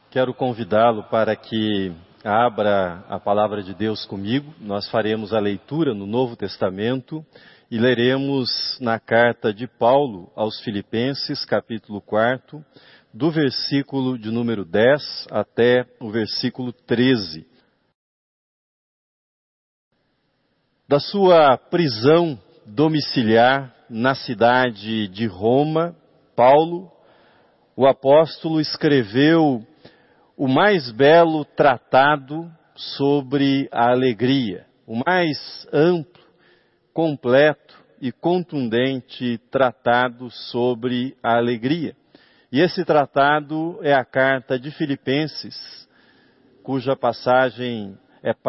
Quero convidá-lo para que abra a palavra de Deus comigo. Nós faremos a leitura no Novo Testamento e leremos na carta de Paulo aos Filipenses, capítulo 4, do versículo de número 10 até o versículo 13. Da sua prisão domiciliar na cidade de Roma, Paulo, o apóstolo, escreveu o mais belo tratado sobre a alegria, o mais amplo, completo e contundente tratado sobre a alegria. E esse tratado é a carta de Filipenses, cuja passagem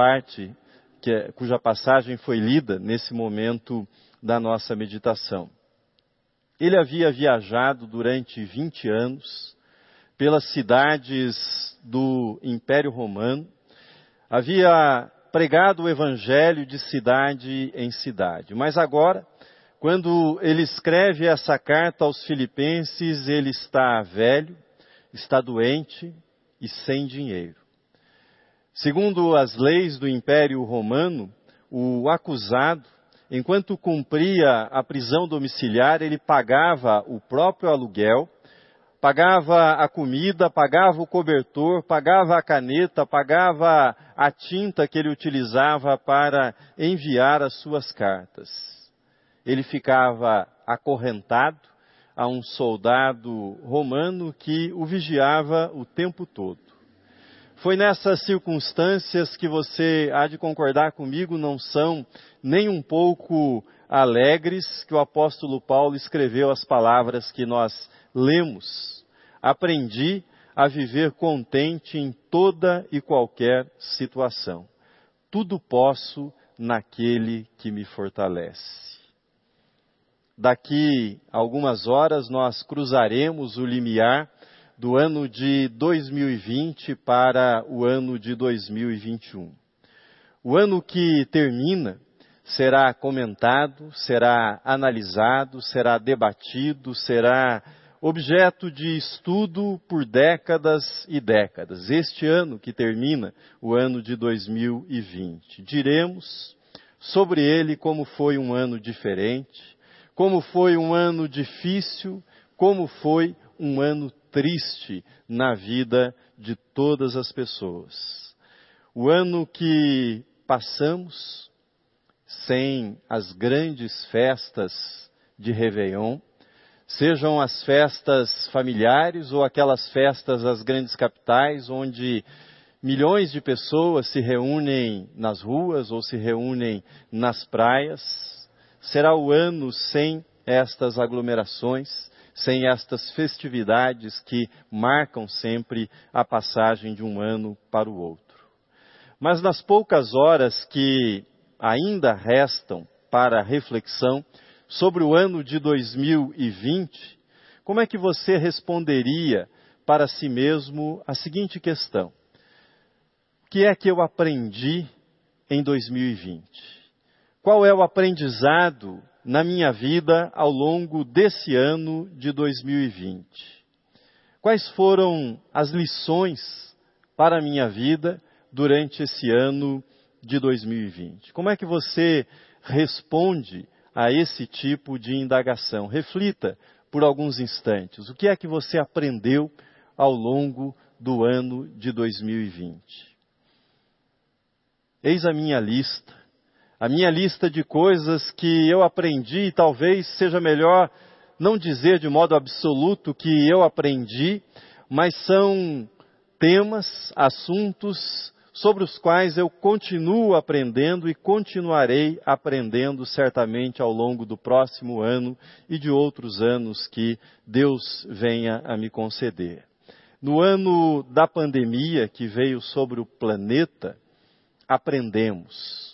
foi lida nesse momento da nossa meditação. Ele havia viajado durante 20 anos pelas cidades do Império Romano, havia pregado o Evangelho de cidade em cidade. Mas agora, quando ele escreve essa carta aos Filipenses, ele está velho, está doente e sem dinheiro. Segundo as leis do Império Romano, o acusado, enquanto cumpria a prisão domiciliar, ele pagava o próprio aluguel, pagava a comida, pagava o cobertor, pagava a caneta, pagava a tinta que ele utilizava para enviar as suas cartas. Ele ficava acorrentado a um soldado romano que o vigiava o tempo todo. Foi nessas circunstâncias que você há de concordar comigo, não são nem um pouco alegres, que o apóstolo Paulo escreveu as palavras que nós lemos. Aprendi a viver contente em toda e qualquer situação. Tudo posso naquele que me fortalece. Daqui a algumas horas nós cruzaremos o limiar do ano de 2020 para o ano de 2021. O ano que termina será comentado, será analisado, será debatido, será objeto de estudo por décadas e décadas. Este ano que termina, o ano de 2020. Diremos sobre ele como foi um ano diferente, como foi um ano difícil, como foi um ano triste na vida de todas as pessoas. O ano que passamos sem as grandes festas de Réveillon, sejam as festas familiares ou aquelas festas das grandes capitais, onde milhões de pessoas se reúnem nas ruas ou se reúnem nas praias, será o ano sem estas aglomerações, sem estas festividades que marcam sempre a passagem de um ano para o outro. Mas nas poucas horas que ainda restam para reflexão sobre o ano de 2020, como é que você responderia para si mesmo a seguinte questão: o que é que eu aprendi em 2020? Qual é o aprendizado na minha vida ao longo desse ano de 2020? Quais foram as lições para a minha vida durante esse ano de 2020? Como é que você responde a esse tipo de indagação? Reflita por alguns instantes. O que é que você aprendeu ao longo do ano de 2020? Eis a minha lista de coisas que eu aprendi, e talvez seja melhor não dizer de modo absoluto que eu aprendi, mas são temas, assuntos sobre os quais eu continuo aprendendo e continuarei aprendendo certamente ao longo do próximo ano e de outros anos que Deus venha a me conceder. No ano da pandemia que veio sobre o planeta, aprendemos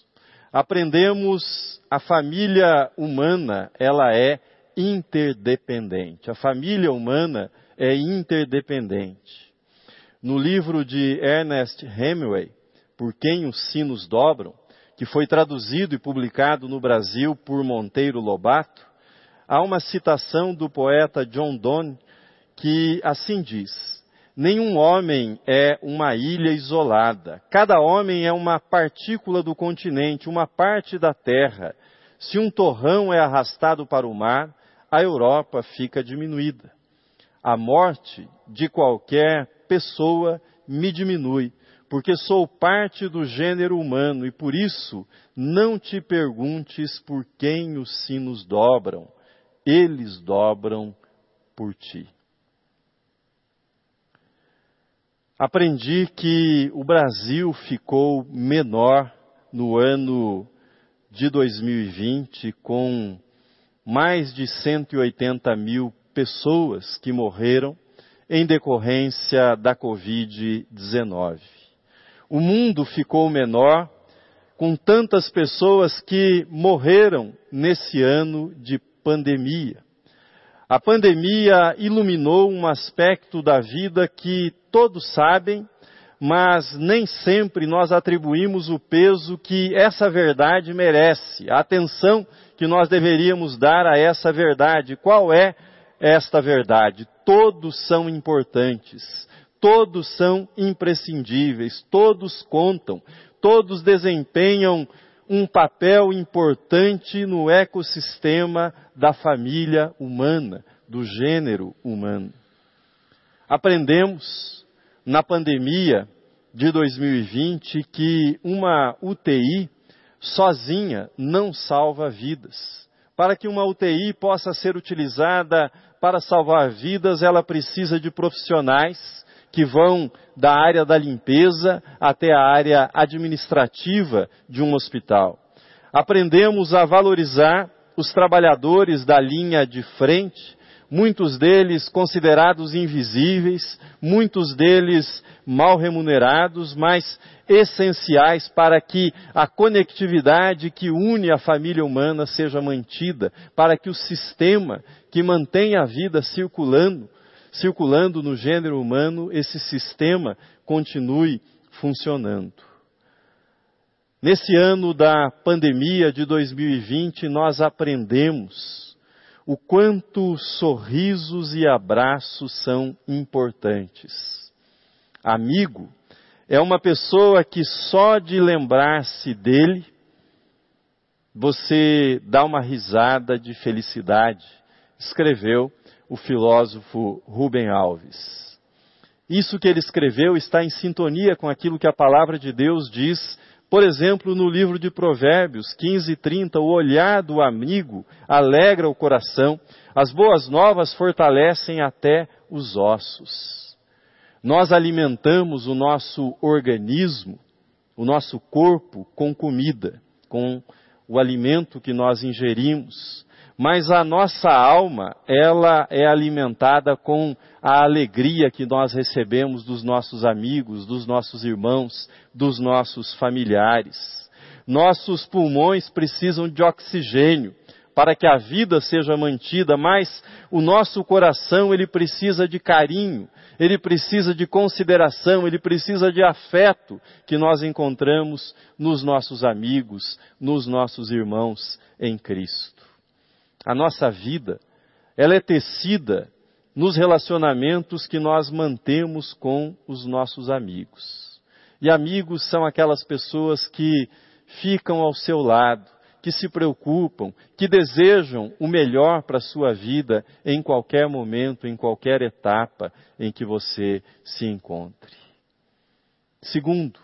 a família humana, ela é interdependente. A família humana é interdependente. No livro de Ernest Hemingway, Por Quem os Sinos Dobram, que foi traduzido e publicado no Brasil por Monteiro Lobato, há uma citação do poeta John Donne que assim diz: Nenhum homem é uma ilha isolada. Cada homem é uma partícula do continente, uma parte da terra. Se um torrão é arrastado para o mar, a Europa fica diminuída. A morte de qualquer pessoa me diminui, porque sou parte do gênero humano e por isso não te perguntes por quem os sinos dobram. Eles dobram por ti. Aprendi que o Brasil ficou menor no ano de 2020, com mais de 180 mil pessoas que morreram em decorrência da Covid-19. O mundo ficou menor com tantas pessoas que morreram nesse ano de pandemia. A pandemia iluminou um aspecto da vida que todos sabem, mas nem sempre nós atribuímos o peso que essa verdade merece, a atenção que nós deveríamos dar a essa verdade. Qual é esta verdade? Todos são importantes, todos são imprescindíveis, todos contam, todos desempenham um papel importante no ecossistema da família humana, do gênero humano. Aprendemos na pandemia de 2020 que uma UTI sozinha não salva vidas. Para que uma UTI possa ser utilizada para salvar vidas, ela precisa de profissionais que vão da área da limpeza até a área administrativa de um hospital. Aprendemos a valorizar os trabalhadores da linha de frente, muitos deles considerados invisíveis, muitos deles mal remunerados, mas essenciais para que a conectividade que une a família humana seja mantida, para que o sistema que mantém a vida circulando no gênero humano, esse sistema continue funcionando. Nesse ano da pandemia de 2020, nós aprendemos o quanto sorrisos e abraços são importantes. Amigo é uma pessoa que só de lembrar-se dele, você dá uma risada de felicidade, escreveu o filósofo Rubem Alves. Isso que ele escreveu está em sintonia com aquilo que a palavra de Deus diz, por exemplo, no livro de Provérbios 15:30, o olhar do amigo alegra o coração, as boas novas fortalecem até os ossos. Nós alimentamos o nosso organismo, o nosso corpo com comida, com o alimento que nós ingerimos. Mas a nossa alma, ela é alimentada com a alegria que nós recebemos dos nossos amigos, dos nossos irmãos, dos nossos familiares. Nossos pulmões precisam de oxigênio para que a vida seja mantida, mas o nosso coração, ele precisa de carinho, ele precisa de consideração, ele precisa de afeto que nós encontramos nos nossos amigos, nos nossos irmãos em Cristo. A nossa vida, ela é tecida nos relacionamentos que nós mantemos com os nossos amigos. E amigos são aquelas pessoas que ficam ao seu lado, que se preocupam, que desejam o melhor para a sua vida em qualquer momento, em qualquer etapa em que você se encontre. Segundo,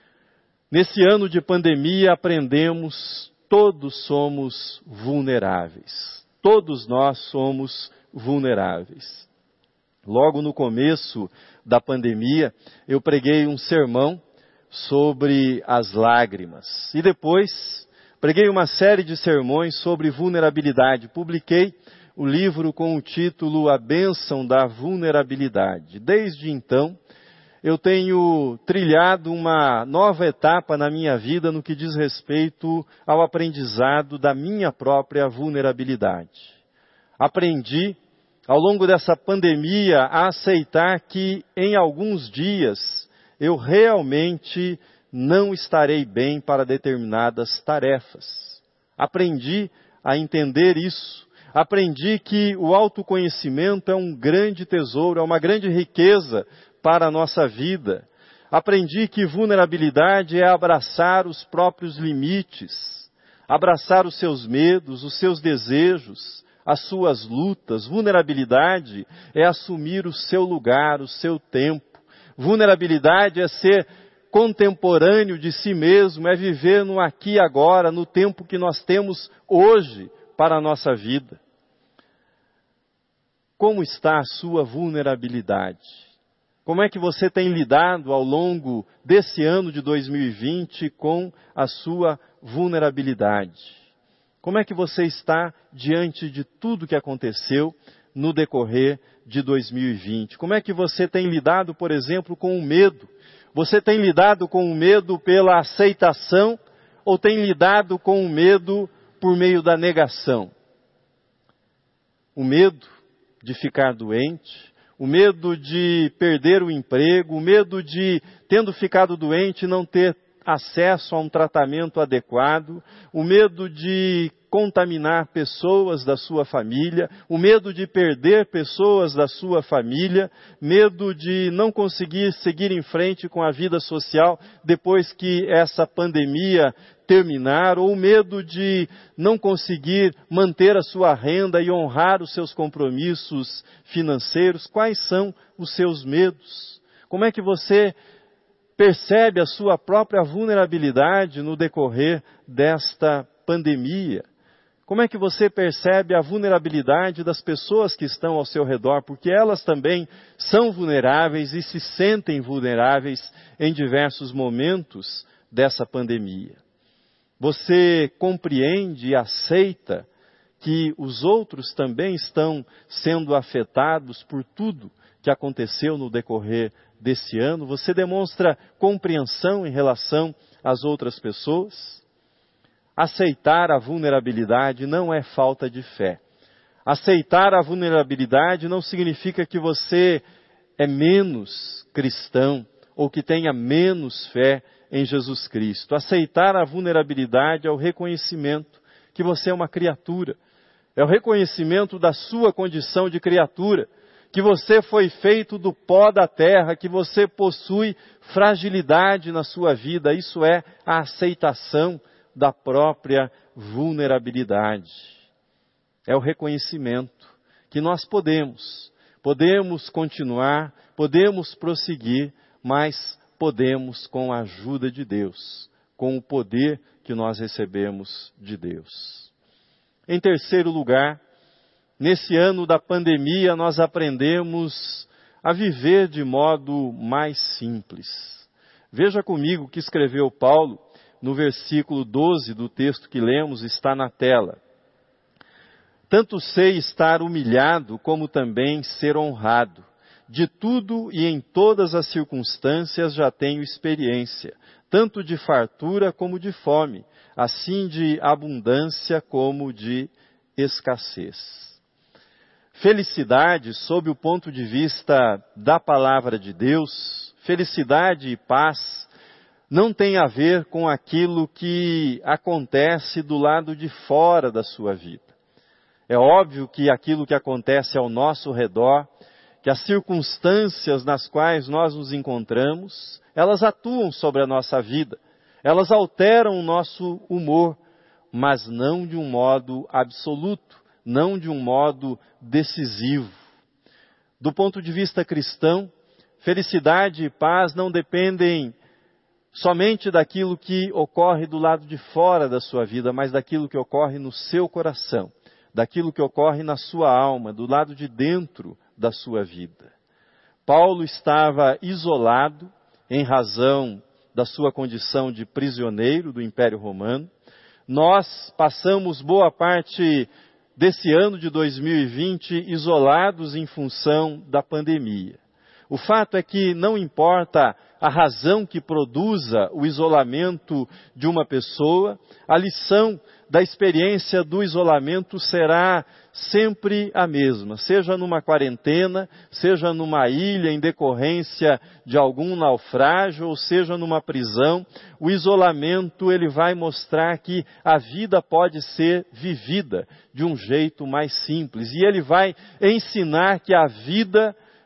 nesse ano de pandemia aprendemos: todos somos vulneráveis. Todos nós somos vulneráveis. Logo no começo da pandemia, eu preguei um sermão sobre as lágrimas. E depois, preguei uma série de sermões sobre vulnerabilidade. Publiquei o livro com o título A Bênção da Vulnerabilidade. Desde então, eu tenho trilhado uma nova etapa na minha vida no que diz respeito ao aprendizado da minha própria vulnerabilidade. Aprendi, ao longo dessa pandemia, a aceitar que em alguns dias eu realmente não estarei bem para determinadas tarefas. Aprendi a entender isso. Aprendi que o autoconhecimento é um grande tesouro, é uma grande riqueza para a nossa vida. Aprendi que vulnerabilidade é abraçar os próprios limites, abraçar os seus medos, os seus desejos, as suas lutas. Vulnerabilidade é assumir o seu lugar, o seu tempo. Vulnerabilidade é ser contemporâneo de si mesmo, é viver no aqui e agora, no tempo que nós temos hoje para a nossa vida. Como está a sua vulnerabilidade? Como é que você tem lidado ao longo desse ano de 2020 com a sua vulnerabilidade? Como é que você está diante de tudo que aconteceu no decorrer de 2020? Como é que você tem lidado, por exemplo, com o medo? Você tem lidado com o medo pela aceitação ou tem lidado com o medo por meio da negação? O medo de ficar doente, o medo de perder o emprego, o medo de, tendo ficado doente, não ter acesso a um tratamento adequado, o medo de contaminar pessoas da sua família, o medo de perder pessoas da sua família, medo de não conseguir seguir em frente com a vida social depois que essa pandemia terminar, ou o medo de não conseguir manter a sua renda e honrar os seus compromissos financeiros. Quais são os seus medos? Como é que você percebe a sua própria vulnerabilidade no decorrer desta pandemia? Como é que você percebe a vulnerabilidade das pessoas que estão ao seu redor? Porque elas também são vulneráveis e se sentem vulneráveis em diversos momentos dessa pandemia. Você compreende e aceita que os outros também estão sendo afetados por tudo que aconteceu no decorrer desse ano? Você demonstra compreensão em relação às outras pessoas? Aceitar a vulnerabilidade não é falta de fé. Aceitar a vulnerabilidade não significa que você é menos cristão ou que tenha menos fé em Jesus Cristo. Aceitar a vulnerabilidade é o reconhecimento que você é uma criatura. É o reconhecimento da sua condição de criatura, que você foi feito do pó da terra, que você possui fragilidade na sua vida. Isso é a aceitação da própria vulnerabilidade. É o reconhecimento que nós podemos continuar, podemos prosseguir, mas podemos com a ajuda de Deus, com o poder que nós recebemos de Deus. Em terceiro lugar, nesse ano da pandemia, nós aprendemos a viver de modo mais simples. Veja comigo o que escreveu Paulo no versículo 12 do texto que lemos, está na tela. Tanto sei estar humilhado, como também ser honrado. De tudo e em todas as circunstâncias já tenho experiência, tanto de fartura como de fome, assim de abundância como de escassez. Felicidade, sob o ponto de vista da palavra de Deus, felicidade e paz não tem a ver com aquilo que acontece do lado de fora da sua vida. É óbvio que aquilo que acontece ao nosso redor, que as circunstâncias nas quais nós nos encontramos, elas atuam sobre a nossa vida, elas alteram o nosso humor, mas não de um modo absoluto, não de um modo decisivo. Do ponto de vista cristão, felicidade e paz não dependem somente daquilo que ocorre do lado de fora da sua vida, mas daquilo que ocorre no seu coração, daquilo que ocorre na sua alma, do lado de dentro da sua vida. Paulo estava isolado em razão da sua condição de prisioneiro do Império Romano. Nós passamos boa parte desse ano de 2020 isolados em função da pandemia. O fato é que não importa a razão que produza o isolamento de uma pessoa, a lição da experiência do isolamento será sempre a mesma, seja numa quarentena, seja numa ilha em decorrência de algum naufrágio, ou seja numa prisão. O isolamento ele vai mostrar que a vida pode ser vivida de um jeito mais simples, e ele vai ensinar que a vida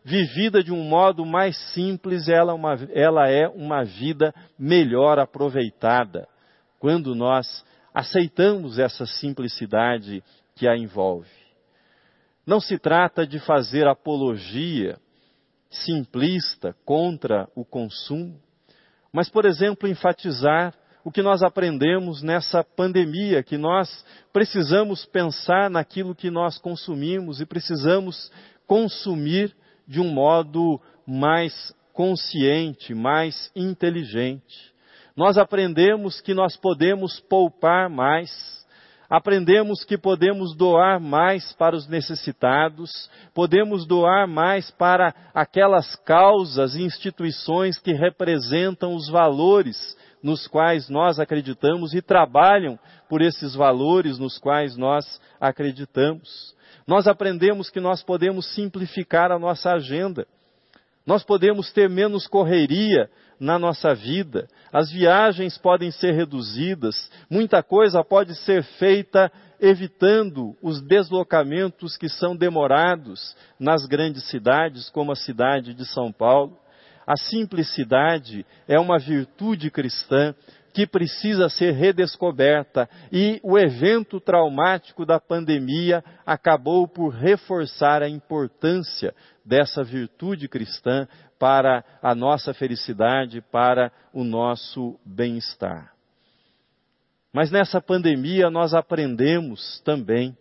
vivida de um modo mais simples, ela é uma vida melhor aproveitada, quando nós aceitamos essa simplicidade que a envolve. Não se trata de fazer apologia simplista contra o consumo, mas, por exemplo, enfatizar o que nós aprendemos nessa pandemia, que nós precisamos pensar naquilo que nós consumimos e precisamos consumir de um modo mais consciente, mais inteligente. Nós aprendemos que nós podemos poupar mais, aprendemos que podemos doar mais para os necessitados, podemos doar mais para aquelas causas e instituições que representam os valores nos quais nós acreditamos e trabalham por esses valores nos quais nós acreditamos. Nós aprendemos que nós podemos simplificar a nossa agenda. Nós podemos ter menos correria na nossa vida. As viagens podem ser reduzidas. Muita coisa pode ser feita evitando os deslocamentos que são demorados nas grandes cidades, como a cidade de São Paulo. A simplicidade é uma virtude cristã que precisa ser redescoberta, e o evento traumático da pandemia acabou por reforçar a importância dessa virtude cristã para a nossa felicidade, para o nosso bem-estar. Mas nessa pandemia nós aprendemos também,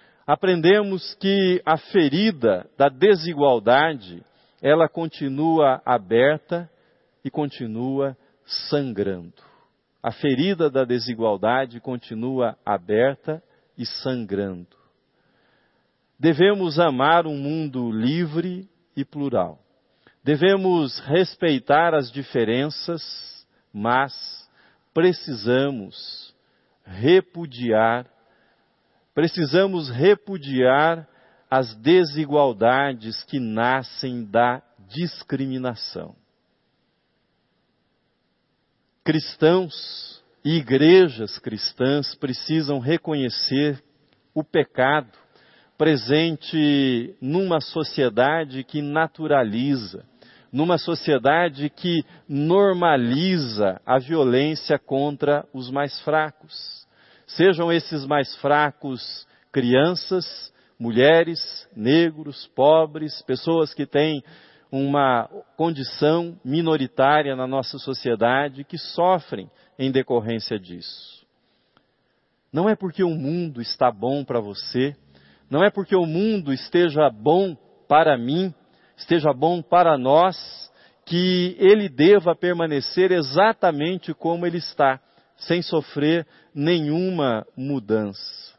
que a ferida da desigualdade, ela continua aberta e continua sangrando. A ferida da desigualdade continua aberta e sangrando. Devemos amar um mundo livre e plural. Devemos respeitar as diferenças, mas precisamos repudiar as desigualdades que nascem da discriminação. Cristãos e igrejas cristãs precisam reconhecer o pecado presente numa sociedade que naturaliza, numa sociedade que normaliza a violência contra os mais fracos. Sejam esses mais fracos crianças, mulheres, negros, pobres, pessoas que têm uma condição minoritária na nossa sociedade, que sofrem em decorrência disso. Não é porque o mundo está bom para você, não é porque o mundo esteja bom para mim, esteja bom para nós, que ele deva permanecer exatamente como ele está, sem sofrer nenhuma mudança.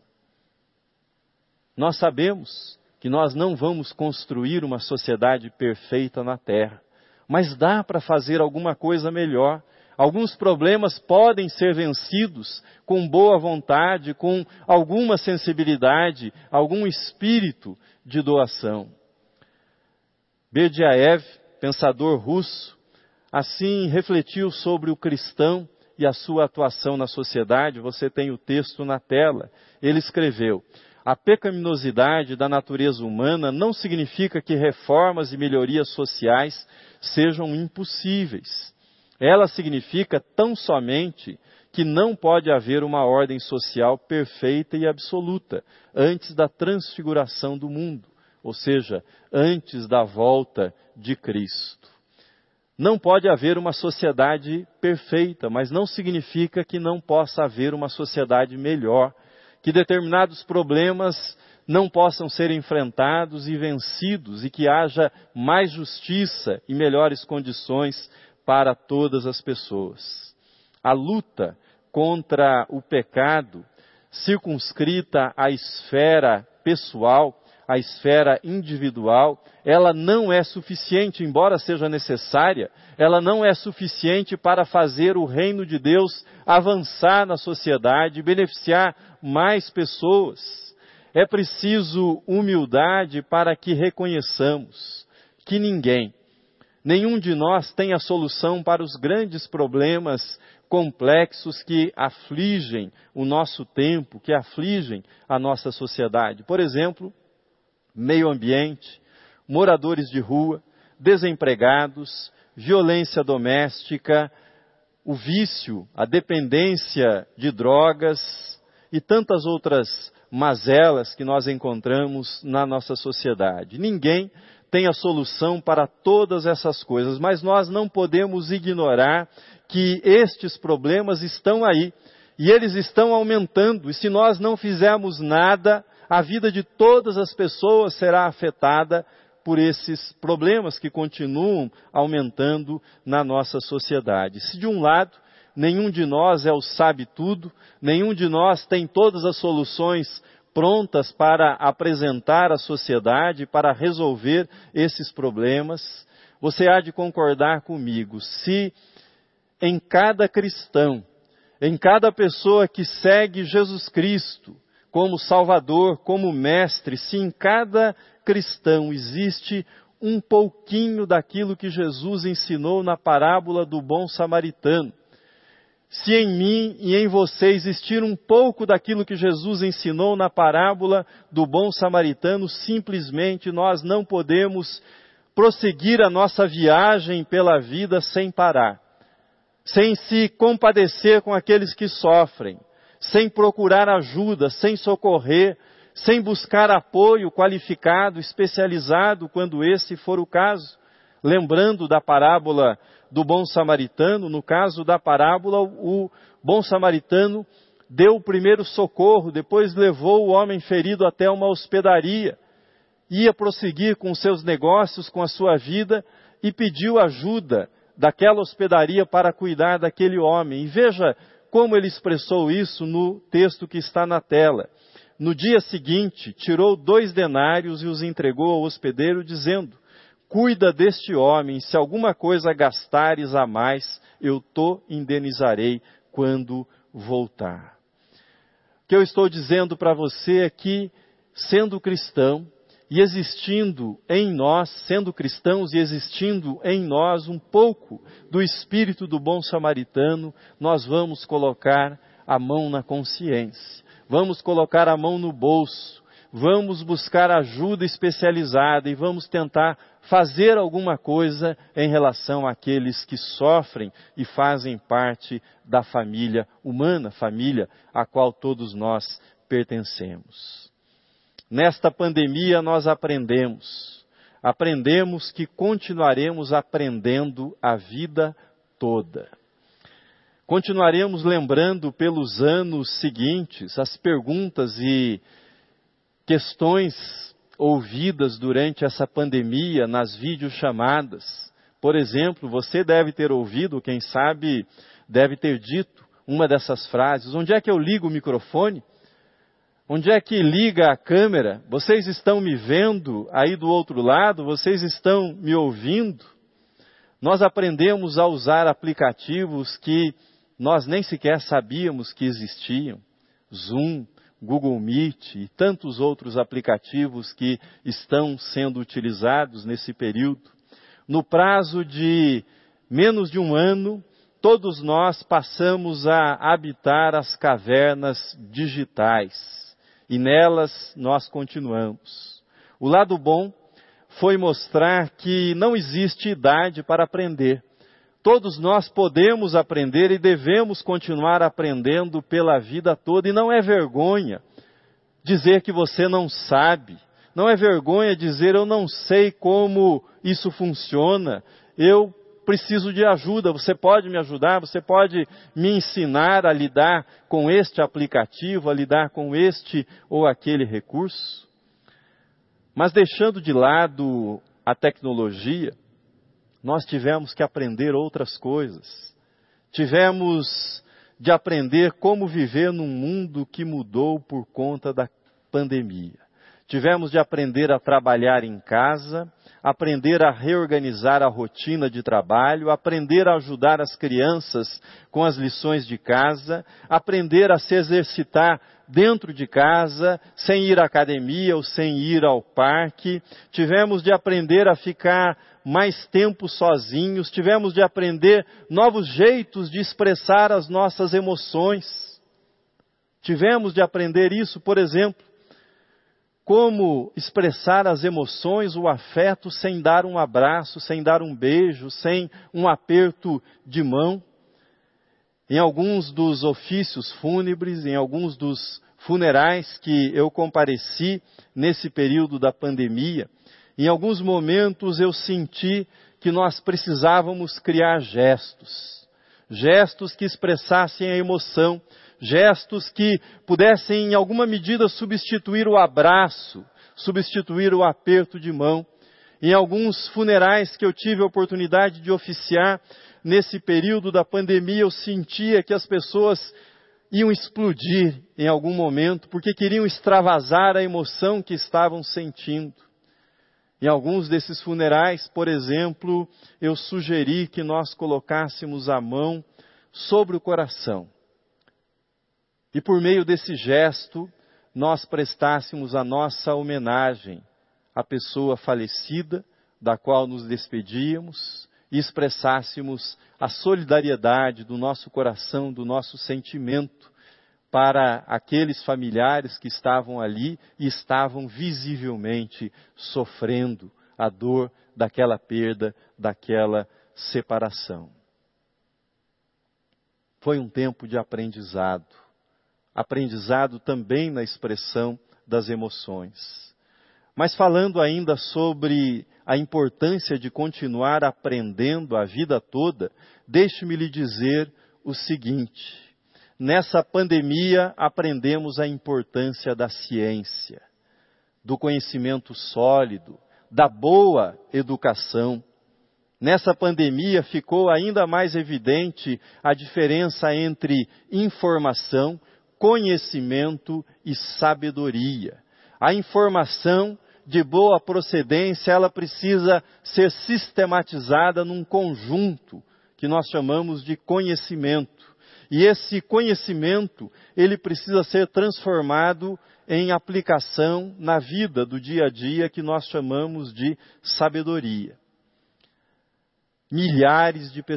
Nós sabemos que nós não vamos construir uma sociedade perfeita na Terra, mas dá para fazer alguma coisa melhor. Alguns problemas podem ser vencidos com boa vontade, com alguma sensibilidade, algum espírito de doação. Berdyaev, pensador russo, assim refletiu sobre o cristão e a sua atuação na sociedade. Você tem o texto na tela. Ele escreveu: a pecaminosidade da natureza humana não significa que reformas e melhorias sociais sejam impossíveis. Ela significa tão somente que não pode haver uma ordem social perfeita e absoluta antes da transfiguração do mundo, ou seja, antes da volta de Cristo. Não pode haver uma sociedade perfeita, mas não significa que não possa haver uma sociedade melhor, que determinados problemas não possam ser enfrentados e vencidos, e que haja mais justiça e melhores condições para todas as pessoas. A luta contra o pecado, circunscrita à esfera pessoal, à esfera individual, ela não é suficiente, embora seja necessária, ela não é suficiente para fazer o reino de Deus avançar na sociedade e beneficiar mais pessoas. É preciso humildade para que reconheçamos que nenhum de nós tem a solução para os grandes problemas complexos que afligem o nosso tempo, que afligem a nossa sociedade. Por exemplo, meio ambiente, moradores de rua, desempregados, violência doméstica, o vício, a dependência de drogas e tantas outras mazelas que nós encontramos na nossa sociedade. Ninguém tem a solução para todas essas coisas, mas nós não podemos ignorar que estes problemas estão aí e eles estão aumentando. E se nós não fizermos nada, a vida de todas as pessoas será afetada por esses problemas que continuam aumentando na nossa sociedade. Se de um lado, nenhum de nós é o sabe-tudo, nenhum de nós tem todas as soluções prontas para apresentar à sociedade, para resolver esses problemas, você há de concordar comigo, se em cada cristão, em cada pessoa que segue Jesus Cristo como Salvador, como Mestre, se em cada cristão existe um pouquinho daquilo que Jesus ensinou na parábola do bom samaritano, se em mim e em você existir um pouco daquilo que Jesus ensinou na parábola do bom samaritano, simplesmente nós não podemos prosseguir a nossa viagem pela vida sem parar, sem se compadecer com aqueles que sofrem, sem procurar ajuda, sem socorrer, sem buscar apoio qualificado, especializado, quando esse for o caso. Lembrando da parábola do bom samaritano, no caso da parábola, o bom samaritano deu o primeiro socorro, depois levou o homem ferido até uma hospedaria, ia prosseguir com seus negócios, com a sua vida, e pediu ajuda daquela hospedaria para cuidar daquele homem. E veja como ele expressou isso no texto que está na tela. No dia seguinte, tirou 2 denários e os entregou ao hospedeiro, dizendo: cuida deste homem, se alguma coisa gastares a mais, eu te indenizarei quando voltar. O que eu estou dizendo para você é que, sendo cristão, e existindo em nós, sendo cristãos e existindo em nós um pouco do espírito do bom samaritano, nós vamos colocar a mão na consciência, vamos colocar a mão no bolso, vamos buscar ajuda especializada e vamos tentar fazer alguma coisa em relação àqueles que sofrem e fazem parte da família humana, família a qual todos nós pertencemos. Nesta pandemia nós aprendemos que continuaremos aprendendo a vida toda. Continuaremos lembrando pelos anos seguintes as perguntas e questões ouvidas durante essa pandemia nas videochamadas. Por exemplo, você deve ter ouvido, quem sabe deve ter dito uma dessas frases: onde é que eu ligo o microfone? Onde é que liga a câmera? Vocês estão me vendo aí do outro lado? Vocês estão me ouvindo? Nós aprendemos a usar aplicativos que nós nem sequer sabíamos que existiam. Zoom, Google Meet e tantos outros aplicativos que estão sendo utilizados nesse período. No prazo de menos de um ano, todos nós passamos a habitar as cavernas digitais. E nelas nós continuamos. O lado bom foi mostrar que não existe idade para aprender. Todos nós podemos aprender e devemos continuar aprendendo pela vida toda. E não é vergonha dizer que você não sabe. Não é vergonha dizer: eu não sei como isso funciona. Eu preciso de ajuda, você pode me ajudar, você pode me ensinar a lidar com este aplicativo, a lidar com este ou aquele recurso. Mas deixando de lado a tecnologia, nós tivemos que aprender outras coisas. Tivemos de aprender como viver num mundo que mudou por conta da pandemia. Tivemos de aprender a trabalhar em casa, aprender a reorganizar a rotina de trabalho, aprender a ajudar as crianças com as lições de casa, aprender a se exercitar dentro de casa, sem ir à academia ou sem ir ao parque. Tivemos de aprender a ficar mais tempo sozinhos, tivemos de aprender novos jeitos de expressar as nossas emoções. Tivemos de aprender isso, por exemplo, como expressar as emoções, o afeto, sem dar um abraço, sem dar um beijo, sem um aperto de mão. Em alguns dos ofícios fúnebres, em alguns dos funerais que eu compareci nesse período da pandemia, em alguns momentos eu senti que nós precisávamos criar gestos. Gestos que expressassem a emoção, gestos que pudessem em alguma medida substituir o abraço, substituir o aperto de mão. Em alguns funerais que eu tive a oportunidade de oficiar, nesse período da pandemia, eu sentia que as pessoas iam explodir em algum momento, porque queriam extravasar a emoção que estavam sentindo. Em alguns desses funerais, por exemplo, eu sugeri que nós colocássemos a mão sobre o coração. E por meio desse gesto, nós prestássemos a nossa homenagem à pessoa falecida, da qual nos despedíamos, e expressássemos a solidariedade do nosso coração, do nosso sentimento, para aqueles familiares que estavam ali e estavam visivelmente sofrendo a dor daquela perda, daquela separação. Foi um tempo de aprendizado. Aprendizado também na expressão das emoções. Mas falando ainda sobre a importância de continuar aprendendo a vida toda, deixe-me lhe dizer o seguinte: nessa pandemia aprendemos a importância da ciência, do conhecimento sólido, da boa educação. Nessa pandemia ficou ainda mais evidente a diferença entre informação, conhecimento e sabedoria. A informação de boa procedência, ela precisa ser sistematizada num conjunto que nós chamamos de conhecimento. E esse conhecimento, ele precisa ser transformado em aplicação na vida do dia a dia, que nós chamamos de sabedoria. Milhares de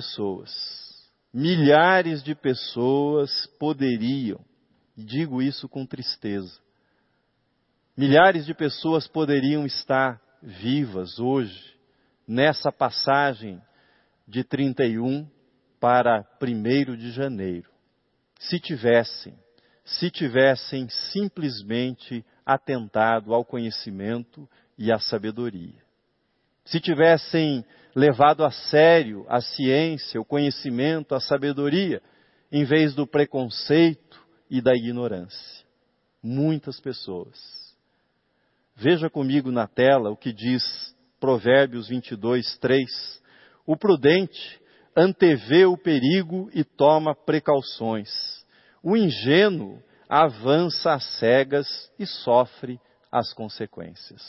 pessoas poderiam, digo isso com tristeza, milhares de pessoas poderiam estar vivas hoje, nessa passagem de 31 para 1º de janeiro, se tivessem simplesmente atentado ao conhecimento e à sabedoria. Se tivessem levado a sério a ciência, o conhecimento, a sabedoria, em vez do preconceito e da ignorância. Muitas pessoas. Veja comigo na tela o que diz Provérbios 22:3. O prudente antevê o perigo e toma precauções. O ingênuo avança às cegas e sofre as consequências.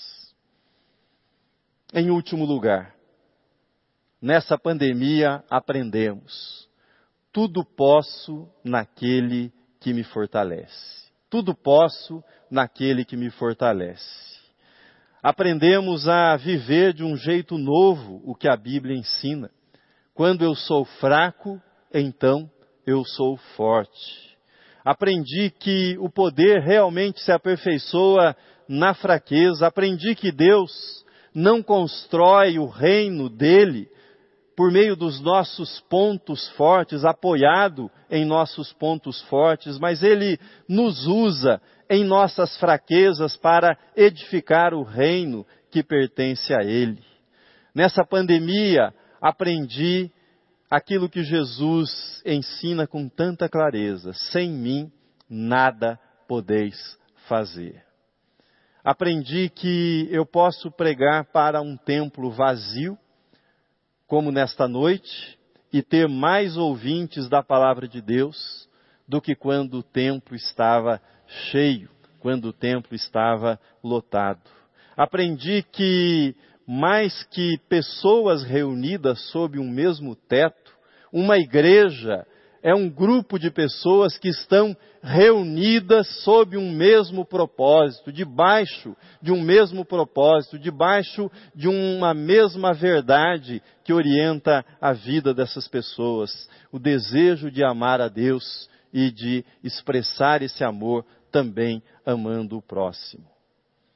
Em último lugar, nessa pandemia aprendemos: tudo posso naquele que me fortalece. Tudo posso naquele que me fortalece. Aprendemos a viver de um jeito novo o que a Bíblia ensina. Quando eu sou fraco, então eu sou forte. Aprendi que o poder realmente se aperfeiçoa na fraqueza. Aprendi que Deus não constrói o reino dele por meio dos nossos pontos fortes, apoiado em nossos pontos fortes, mas Ele nos usa em nossas fraquezas para edificar o reino que pertence a Ele. Nessa pandemia, aprendi aquilo que Jesus ensina com tanta clareza: sem mim, nada podeis fazer. Aprendi que eu posso pregar para um templo vazio, como nesta noite, e ter mais ouvintes da palavra de Deus do que quando o templo estava cheio, quando o templo estava lotado. Aprendi que mais que pessoas reunidas sob um mesmo teto, uma igreja é um grupo de pessoas que estão reunidas sob um mesmo propósito, debaixo de um mesmo propósito, debaixo de uma mesma verdade que orienta a vida dessas pessoas. O desejo de amar a Deus e de expressar esse amor também amando o próximo.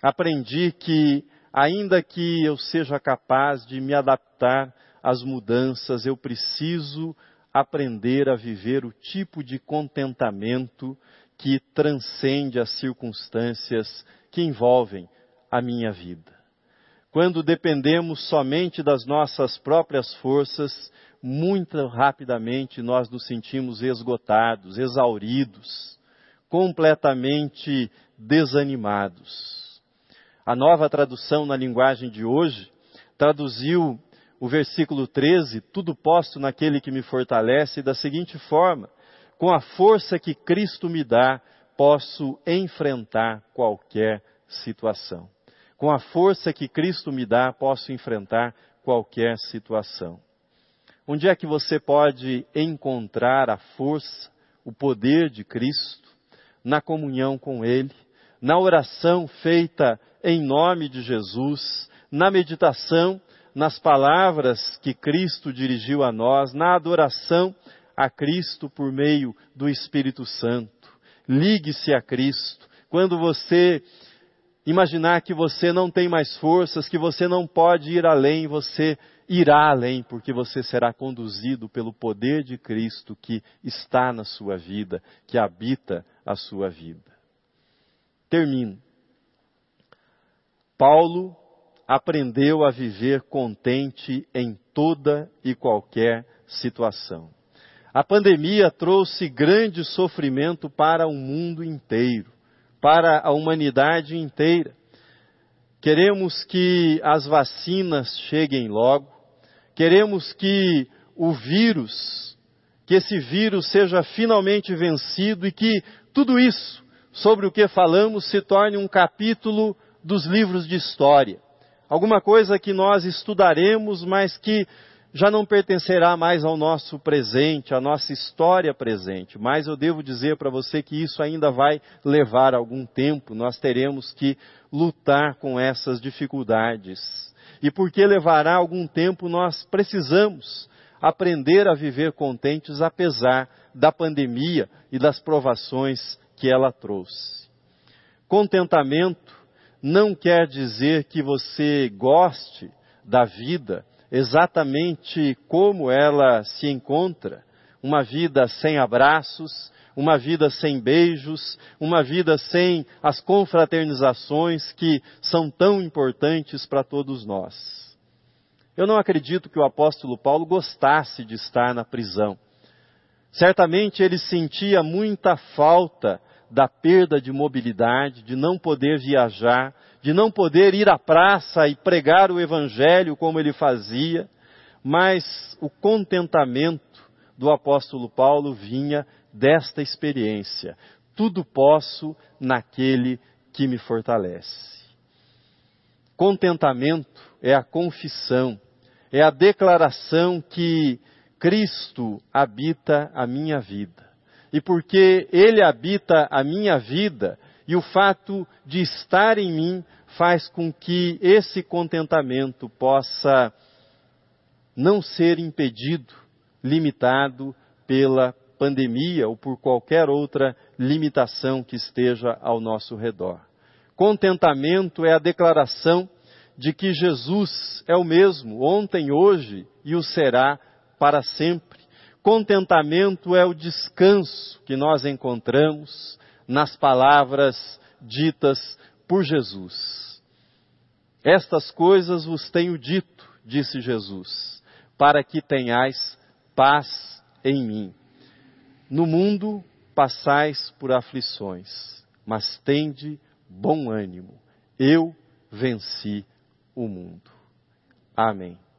Aprendi que, ainda que eu seja capaz de me adaptar às mudanças, eu preciso aprender a viver o tipo de contentamento que transcende as circunstâncias que envolvem a minha vida. Quando dependemos somente das nossas próprias forças, muito rapidamente nós nos sentimos esgotados, exauridos, completamente desanimados. A Nova Tradução na linguagem de hoje traduziu o versículo 13, tudo posto naquele que me fortalece, da seguinte forma: com a força que Cristo me dá, posso enfrentar qualquer situação. Com a força que Cristo me dá, posso enfrentar qualquer situação. Onde é que você pode encontrar a força, o poder de Cristo? Na comunhão com Ele, na oração feita em nome de Jesus, na meditação, nas palavras que Cristo dirigiu a nós, na adoração a Cristo por meio do Espírito Santo. Ligue-se a Cristo. Quando você imaginar que você não tem mais forças, que você não pode ir além, você irá além, porque você será conduzido pelo poder de Cristo que está na sua vida, que habita a sua vida. Termino. Paulo aprendeu a viver contente em toda e qualquer situação. A pandemia trouxe grande sofrimento para o mundo inteiro, para a humanidade inteira. Queremos que as vacinas cheguem logo, queremos que que esse vírus seja finalmente vencido e que tudo isso sobre o que falamos se torne um capítulo dos livros de história. Alguma coisa que nós estudaremos, mas que já não pertencerá mais ao nosso presente, à nossa história presente. Mas eu devo dizer para você que isso ainda vai levar algum tempo. Nós teremos que lutar com essas dificuldades. E porque levará algum tempo, nós precisamos aprender a viver contentes apesar da pandemia e das provações que ela trouxe. Contentamento não quer dizer que você goste da vida exatamente como ela se encontra. Uma vida sem abraços, uma vida sem beijos, uma vida sem as confraternizações que são tão importantes para todos nós. Eu não acredito que o apóstolo Paulo gostasse de estar na prisão. Certamente ele sentia muita falta da perda de mobilidade, de não poder viajar, de não poder ir à praça e pregar o evangelho como ele fazia, mas o contentamento do apóstolo Paulo vinha desta experiência. Tudo posso naquele que me fortalece. Contentamento é a confissão, é a declaração que Cristo habita a minha vida. E porque Ele habita a minha vida, e o fato de estar em mim faz com que esse contentamento possa não ser impedido, limitado pela pandemia ou por qualquer outra limitação que esteja ao nosso redor. Contentamento é a declaração de que Jesus é o mesmo, ontem, hoje e o será para sempre. Contentamento é o descanso que nós encontramos nas palavras ditas por Jesus. Estas coisas vos tenho dito, disse Jesus, para que tenhais paz em mim. No mundo passais por aflições, mas tende bom ânimo. Eu venci o mundo. Amém.